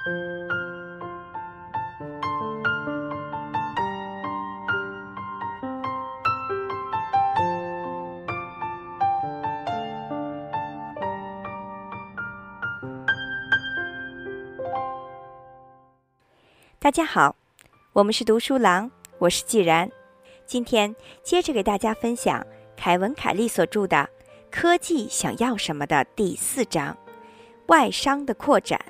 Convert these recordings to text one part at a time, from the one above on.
大家好，我们是读书郎，我是既然。今天接着给大家分享凯文·凯利所著的《科技想要什么》的第4章外商的扩展。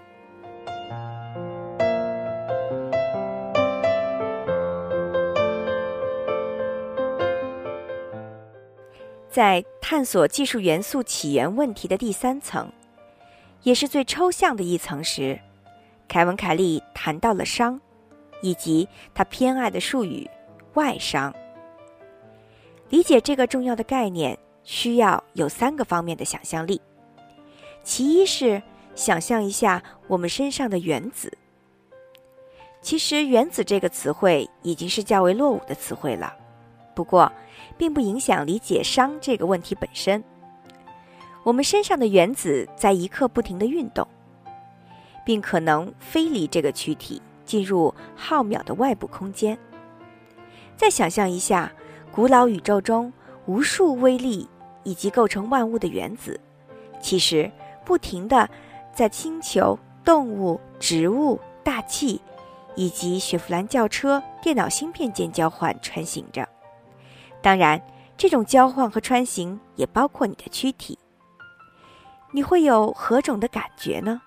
在探索技术元素起源问题的第3层，也是最抽象的一层时，凯文·凯利谈到了商，以及他偏爱的术语外商。理解这个重要的概念需要有3个方面的想象力。其一是想象一下我们身上的原子。其实原子这个词汇已经是较为落伍的词汇了，不过并不影响理解商这个问题本身。我们身上的原子在一刻不停地运动，并可能飞离这个躯体，进入浩渺的外部空间。再想象一下古老宇宙中无数微粒以及构成万物的原子，其实不停地在星球、动物、植物、大气以及雪佛兰轿车、电脑芯片间交换穿行着。当然，这种交换和穿行也包括你的躯体。你会有何种的感觉呢？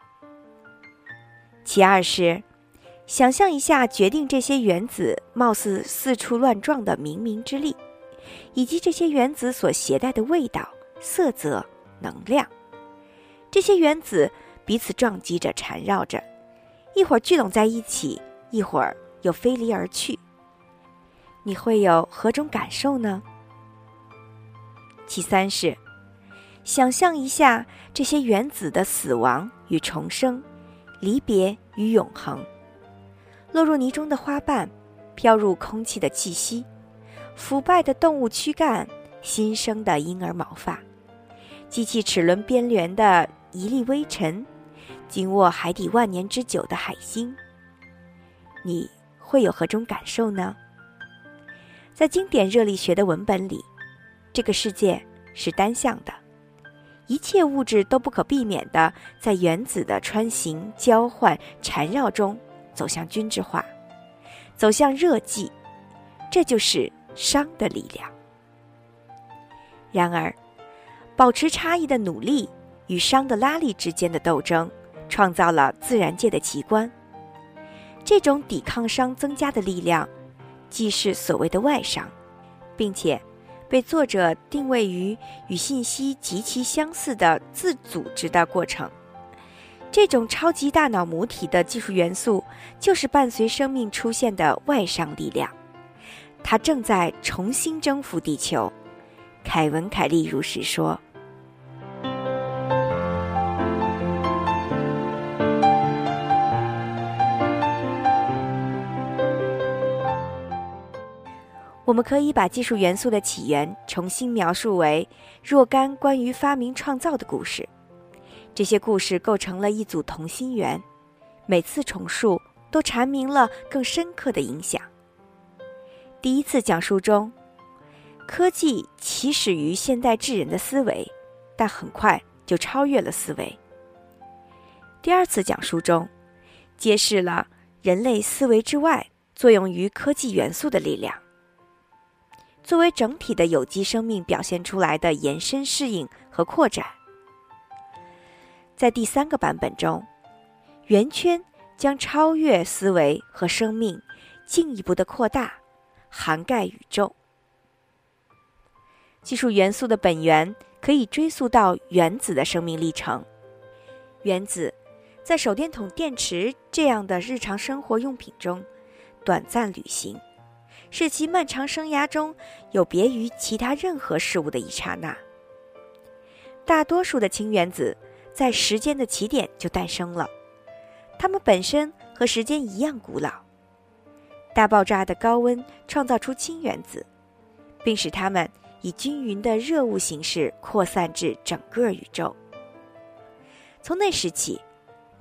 其二是想象一下决定这些原子貌似四处乱撞的冥冥之力，以及这些原子所携带的味道、色泽、能量。这些原子彼此撞击着，缠绕着，一会儿聚拢在一起，一会儿又飞离而去。你会有何种感受呢？其三是想象一下这些原子的死亡与重生，离别与永恒。落入泥中的花瓣，飘入空气的气息，腐败的动物躯干，新生的婴儿毛发，机器齿轮边缘的一粒微尘，紧握海底万年之久的海星。你会有何种感受呢？在经典热力学的文本里，这个世界是单向的，一切物质都不可避免地在原子的穿行、交换、缠绕中走向均质化，走向热寂，这就是商的力量。然而，保持差异的努力与商的拉力之间的斗争，创造了自然界的奇观。这种抵抗商增加的力量，既是所谓的外商，并且被作者定位于与信息极其相似的自组织的过程。这种超级大脑母体的技术元素，就是伴随生命出现的外商力量。它正在重新征服地球。凯文·凯利如实说。我们可以把技术元素的起源重新描述为若干关于发明创造的故事。这些故事构成了一组同心圆，每次重述都阐明了更深刻的影响。第一次讲述中，科技起始于现代智人的思维，但很快就超越了思维。第二次讲述中，揭示了人类思维之外作用于科技元素的力量。作为整体的有机生命表现出来的延伸适应和扩展。在第3个版本中，圆圈将超越思维和生命进一步的扩大，涵盖宇宙。技术元素的本源可以追溯到原子的生命历程。原子在手电筒、电池这样的日常生活用品中短暂旅行，是其漫长生涯中有别于其他任何事物的一刹那。大多数的氢原子在时间的起点就诞生了，它们本身和时间一样古老。大爆炸的高温创造出氢原子，并使它们以均匀的热物形式扩散至整个宇宙。从那时起，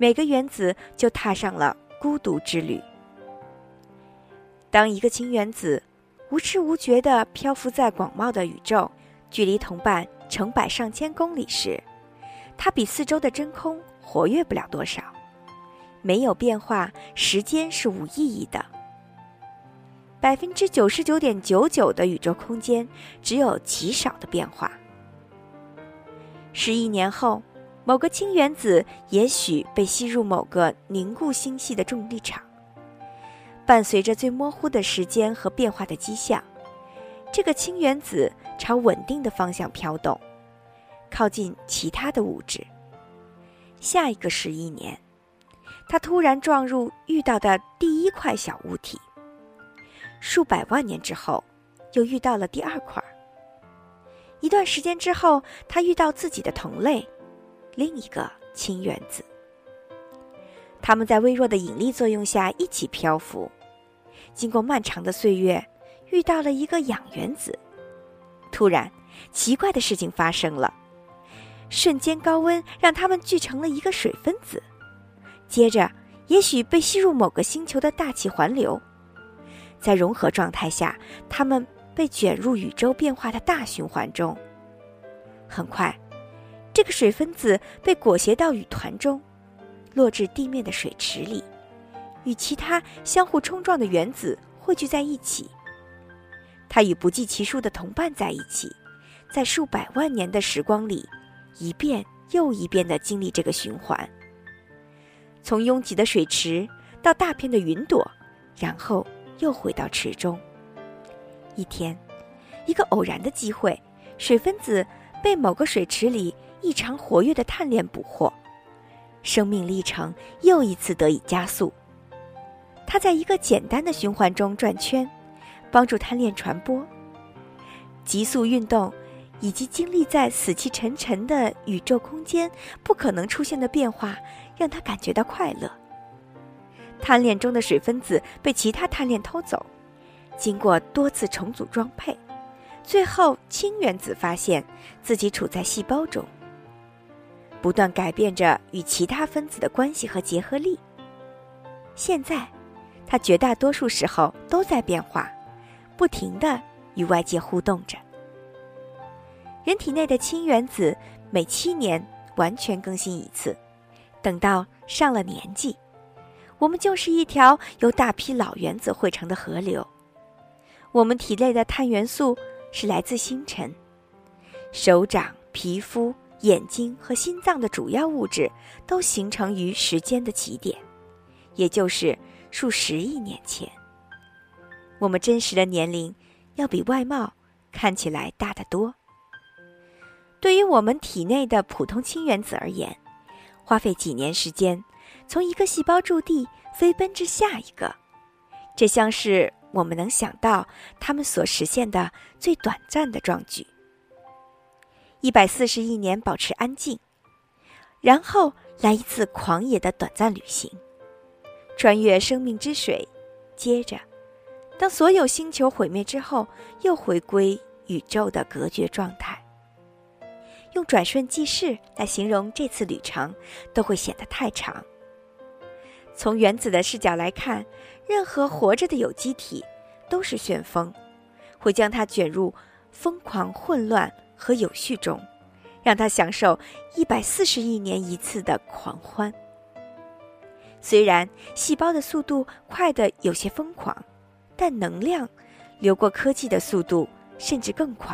每个原子就踏上了孤独之旅。当一个氢原子无知无觉地漂浮在广袤的宇宙，距离同伴成百上千公里时，它比四周的真空活跃不了多少。没有变化，时间是无意义的。99.99% 的宇宙空间只有极少的变化。10亿年后，某个氢原子也许被吸入某个凝固星系的重力场，伴随着最模糊的时间和变化的迹象，这个氢原子朝稳定的方向飘动，靠近其他的物质。下一个10亿年，它突然撞入遇到的第一块小物体，数百万年之后，又遇到了第二块。一段时间之后，它遇到自己的同类，另一个氢原子。它们在微弱的引力作用下一起漂浮，经过漫长的岁月，遇到了一个氧原子。突然，奇怪的事情发生了，瞬间高温让它们聚成了一个水分子，接着也许被吸入某个星球的大气环流。在融合状态下，它们被卷入宇宙变化的大循环中。很快，这个水分子被裹挟到雨团中，落至地面的水池里，与其他相互冲撞的原子汇聚在一起。它与不计其数的同伴在一起，在数百万年的时光里，一遍又一遍地经历这个循环，从拥挤的水池到大片的云朵，然后又回到池中。一天，一个偶然的机会，水分子被某个水池里异常活跃的碳链捕获，生命历程又一次得以加速。它在一个简单的循环中转圈，帮助碳链传播。急速运动以及经历在死气沉沉的宇宙空间不可能出现的变化，让它感觉到快乐。碳链中的水分子被其他碳链偷走，经过多次重组装配，最后氢原子发现自己处在细胞中，不断改变着与其他分子的关系和结合力。现在，它绝大多数时候都在变化，不停地与外界互动着。人体内的氢原子每7年完全更新一次，等到上了年纪，我们就是一条由大批老原子汇成的河流。我们体内的碳元素是来自星辰，手掌、皮肤、眼睛和心脏的主要物质都形成于时间的起点，也就是数十亿年前。我们真实的年龄要比外貌看起来大得多。对于我们体内的普通氢原子而言，花费几年时间，从一个细胞驻地飞奔至下一个，这像是我们能想到它们所实现的最短暂的壮举。140亿年保持安静，然后来一次狂野的短暂旅行，穿越生命之水，接着当所有星球毁灭之后，又回归宇宙的隔绝状态。用转瞬即逝来形容这次旅程都会显得太长。从原子的视角来看，任何活着的有机体都是旋风，会将它卷入疯狂、混乱和有序中，让它享受140亿年一次的狂欢。虽然细胞的速度快得有些疯狂，但能量流过科技的速度甚至更快。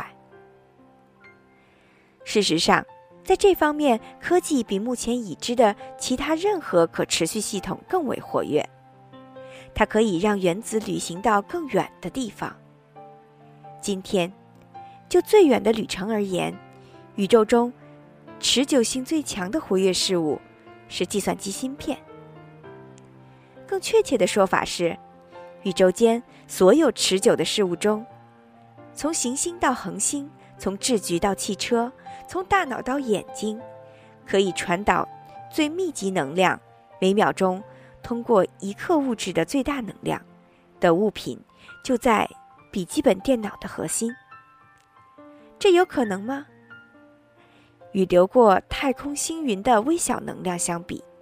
事实上，在这方面，科技比目前已知的其他任何可持续系统更为活跃。它可以让原子旅行到更远的地方。今天，就最远的旅程而言，宇宙中持久性最强的活跃事物是计算机芯片。更确切的说法是，宇宙间所有持久的事物中，从行星到恒星，从制局到汽车，从大脑到眼睛，可以传导最密集能量，每秒钟通过1克物质的最大能量的物品，就在笔记本电脑的核心。这有可能吗？与流过太空星云的微小能量相比，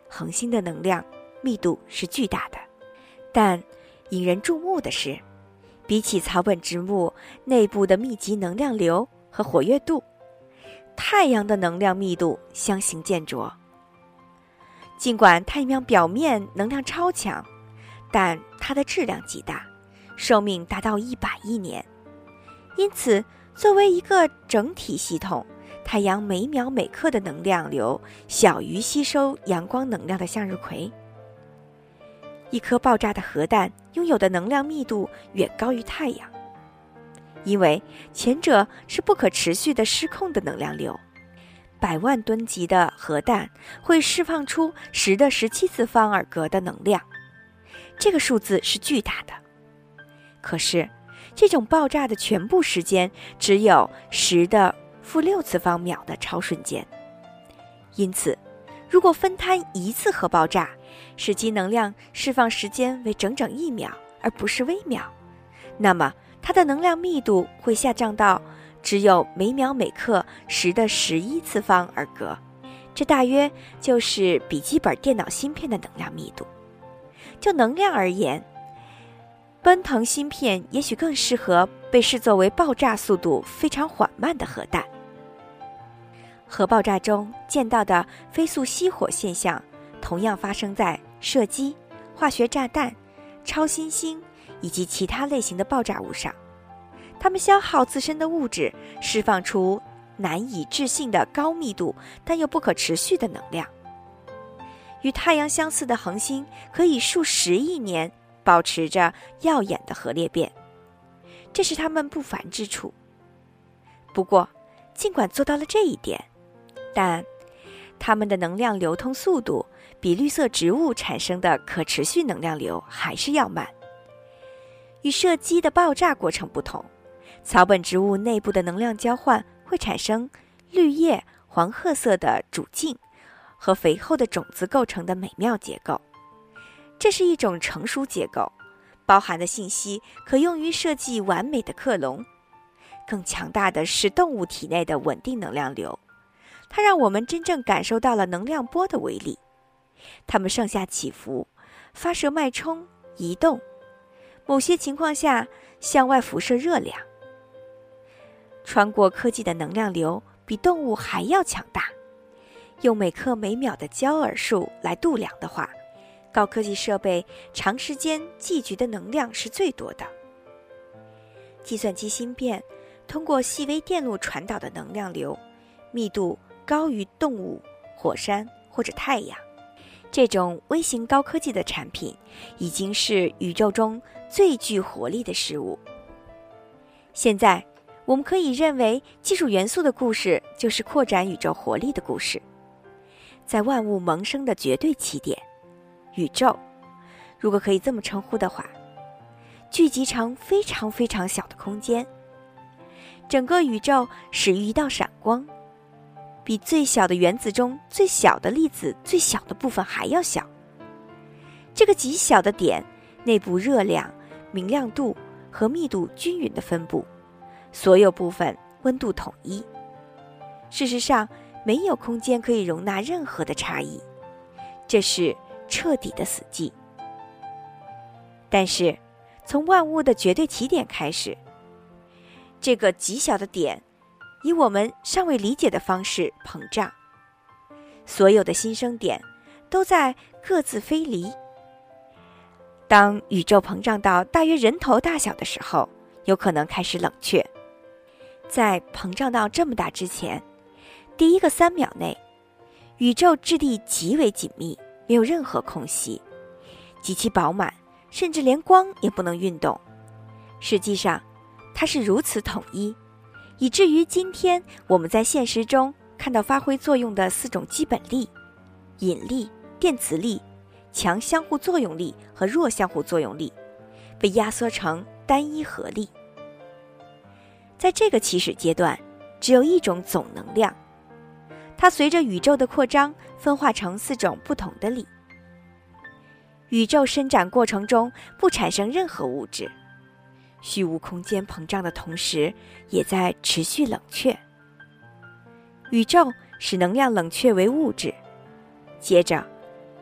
恒星的能量密度是巨大的，但引人注目的是，比起草本植物内部的密集能量流和活跃度，太阳的能量密度相形见绌。尽管太阳表面能量超强，但它的质量极大，寿命达到100亿年。因此，作为一个整体系统，太阳每秒每刻的能量流小于吸收阳光能量的向日葵。一颗爆炸的核弹拥有的能量密度远高于太阳，因为前者是不可持续的失控的能量流。100万吨级的核弹会释放出10的17次方尔格的能量，这个数字是巨大的。可是，这种爆炸的全部时间只有10的-6次方秒的超瞬间。因此，如果分摊一次核爆炸，使其能量释放时间为整整1秒，而不是微秒，那么它的能量密度会下降到只有每秒每刻10的11次方尔格，这大约就是笔记本电脑芯片的能量密度。就能量而言，奔腾芯片也许更适合被视作为爆炸速度非常缓慢的核弹。核爆炸中见到的飞速熄火现象，同样发生在射击、化学炸弹、超新星以及其他类型的爆炸物上。它们消耗自身的物质，释放出难以置信的高密度但又不可持续的能量。与太阳相似的恒星可以数十亿年保持着耀眼的核裂变，这是它们不凡之处。不过，尽管做到了这一点，但它们的能量流通速度比绿色植物产生的可持续能量流还是要慢。与射击的爆炸过程不同，草本植物内部的能量交换会产生绿叶黄褐色的主茎和肥厚的种子构成的美妙结构。这是一种成熟结构，包含的信息可用于设计完美的克隆。更强大的是动物体内的稳定能量流，它让我们真正感受到了能量波的威力。它们上下起伏，发射脉冲，移动，某些情况下向外辐射热量。穿过科技的能量流比动物还要强大。用每克每秒的焦耳数来度量的话，高科技设备长时间寄居的能量是最多的。计算机芯片通过细微电路传导的能量流密度高于动物、火山或者太阳。这种微型高科技的产品已经是宇宙中最具活力的事物。现在我们可以认为技术元素的故事就是扩展宇宙活力的故事。在万物萌生的绝对起点，宇宙，如果可以这么称呼的话，聚集成非常非常小的空间。整个宇宙始于一道闪光，比最小的原子中最小的粒子最小的部分还要小。这个极小的点内部热量、明亮度和密度均匀的分布，所有部分温度统一。事实上，没有空间可以容纳任何的差异，这是彻底的死寂。但是，从万物的绝对起点开始，这个极小的点以我们尚未理解的方式膨胀，所有的新生点都在各自飞离。当宇宙膨胀到大约人头大小的时候，有可能开始冷却。在膨胀到这么大之前，第一个3秒内，宇宙质地极为紧密，没有任何空隙，极其饱满，甚至连光也不能运动。实际上，它是如此统一，以至于今天我们在现实中看到发挥作用的4种基本力：引力、电磁力、强相互作用力和弱相互作用力，被压缩成单一合力。在这个起始阶段，只有一种总能量，它随着宇宙的扩张分化成4种不同的力。宇宙伸展过程中不产生任何物质，虚无空间膨胀的同时也在持续冷却。宇宙使能量冷却为物质，接着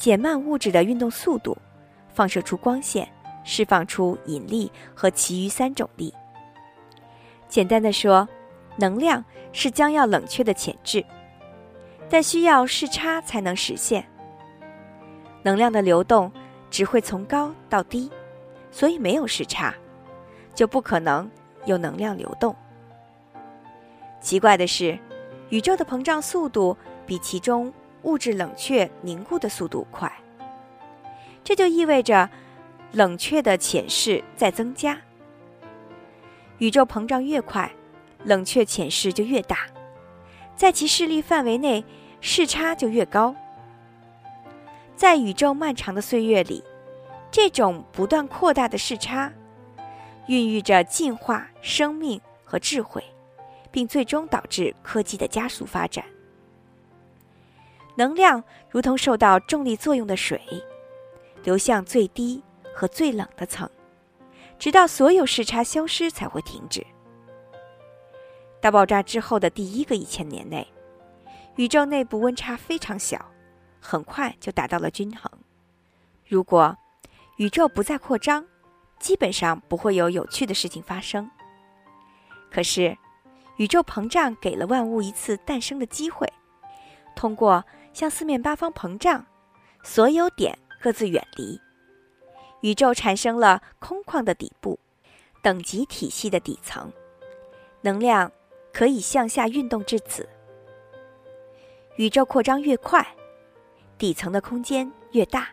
减慢物质的运动速度，放射出光线，释放出引力和其余3种力。简单的说，能量是将要冷却的潜质，但需要视差才能实现。能量的流动只会从高到低，所以没有视差，就不可能有能量流动。奇怪的是，宇宙的膨胀速度比其中物质冷却凝固的速度快，这就意味着冷却的潜势在增加。宇宙膨胀越快，冷却潜势就越大，在其势力范围内，视差就越高。在宇宙漫长的岁月里，这种不断扩大的视差孕育着进化、生命和智慧，并最终导致科技的加速发展。能量如同受到重力作用的水，流向最低和最冷的层，直到所有视差消失才会停止。大爆炸之后的第1个1000年内，宇宙内部温差非常小，很快就达到了均衡。如果宇宙不再扩张，基本上不会有有趣的事情发生。可是，宇宙膨胀给了万物一次诞生的机会。通过向4面8方膨胀，所有点各自远离，宇宙产生了空旷的底部，等级体系的底层，能量可以向下运动至此。宇宙扩张越快，底层的空间越大。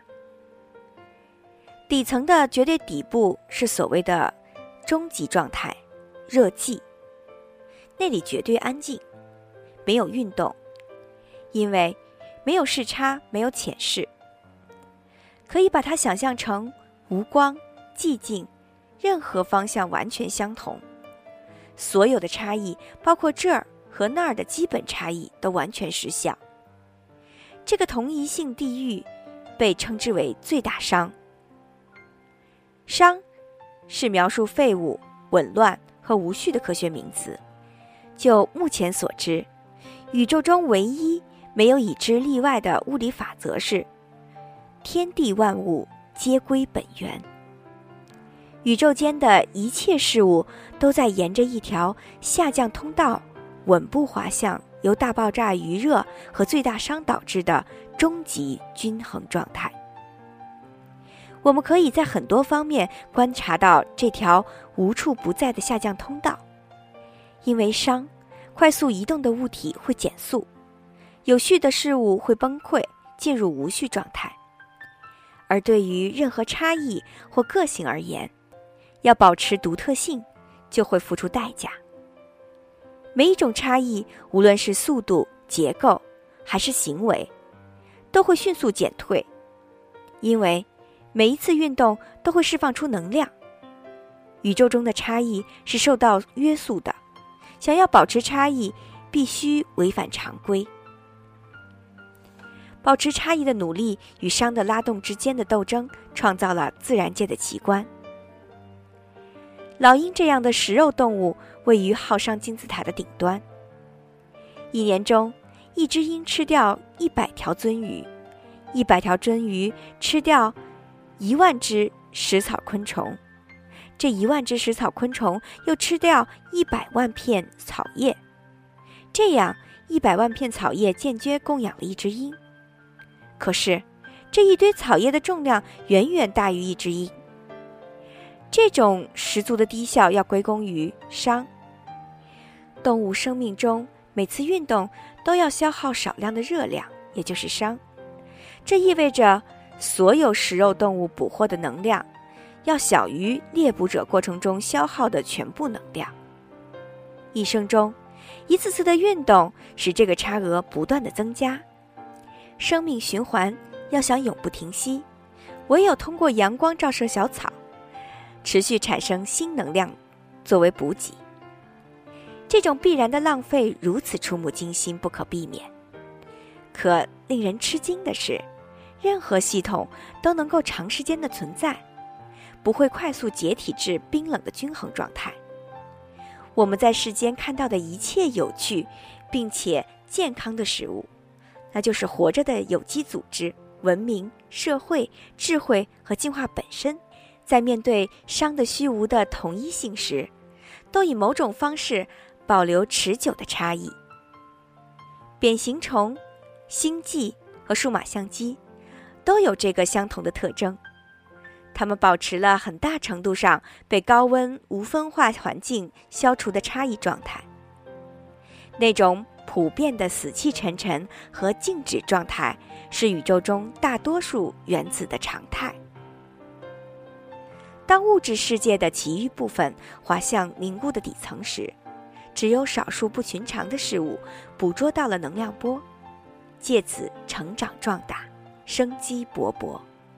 底层的绝对底部是所谓的终极状态，热寂，那里绝对安静，没有运动，因为没有视差，没有潜势。可以把它想象成无光、寂静，任何方向完全相同，所有的差异，包括这儿和那儿的基本差异，都完全失效。这个同一性地域被称之为最大熵。熵是描述废物、紊乱和无序的科学名词。就目前所知，宇宙中唯一没有已知例外的物理法则是天地万物皆归本源。宇宙间的一切事物都在沿着一条下降通道稳步滑向由大爆炸余热和最大熵导致的终极均衡状态。我们可以在很多方面观察到这条无处不在的下降通道。因为熵，快速移动的物体会减速，有序的事物会崩溃，进入无序状态。而对于任何差异或个性而言，要保持独特性，就会付出代价。每一种差异，无论是速度、结构还是行为，都会迅速减退，因为每一次运动都会释放出能量。宇宙中的差异是受到约束的，想要保持差异，必须违反常规。保持差异的努力与熵的拉动之间的斗争，创造了自然界的奇观。老鹰这样的食肉动物位于浩熵金字塔的顶端。一年中，一只鹰吃掉100条鳟鱼，100条鳟鱼吃掉10000只食草昆虫，这10000只食草昆虫又吃掉100万片草叶，这样100万片草叶间接供养了一只鹰。可是，这一堆草叶的重量远远大于一只鹰。这种十足的低效要归功于熵。动物生命中每次运动都要消耗少量的热量，也就是熵。这意味着所有食肉动物捕获的能量要小于猎捕者过程中消耗的全部能量。一生中，一次次的运动使这个差额不断的增加。生命循环要想永不停息，唯有通过阳光照射小草，持续产生新能量作为补给。这种必然的浪费如此触目惊心，不可避免。可令人吃惊的是，任何系统都能够长时间的存在，不会快速解体至冰冷的均衡状态。我们在世间看到的一切有趣并且健康的事物，那就是活着的有机组织， 文明、社会、智慧和进化本身，在面对熵的虚无的同一性时，都以某种方式保留持久的差异。扁形虫、星际和数码相机都有这个相同的特征，它们保持了很大程度上被高温无分化环境消除的差异状态。那种普遍的死气沉沉和静止状态是宇宙中大多数原子的常态。当物质世界的其余部分滑向凝固的底层时，只有少数不寻常的事物捕捉到了能量波，借此成长壮大，生机勃勃。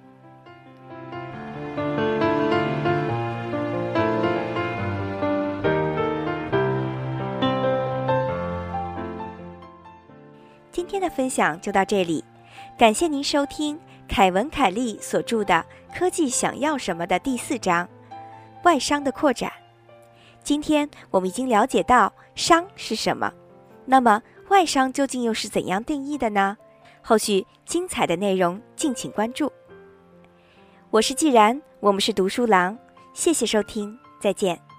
今天的分享就到这里，感谢您收听凯文·凯利所著的《科技想要什么》的第4章外熵的扩展。今天我们已经了解到熵是什么，那么外熵究竟又是怎样定义的呢？后续精彩的内容敬请关注。我是既然，我们是读书郎，谢谢收听，再见。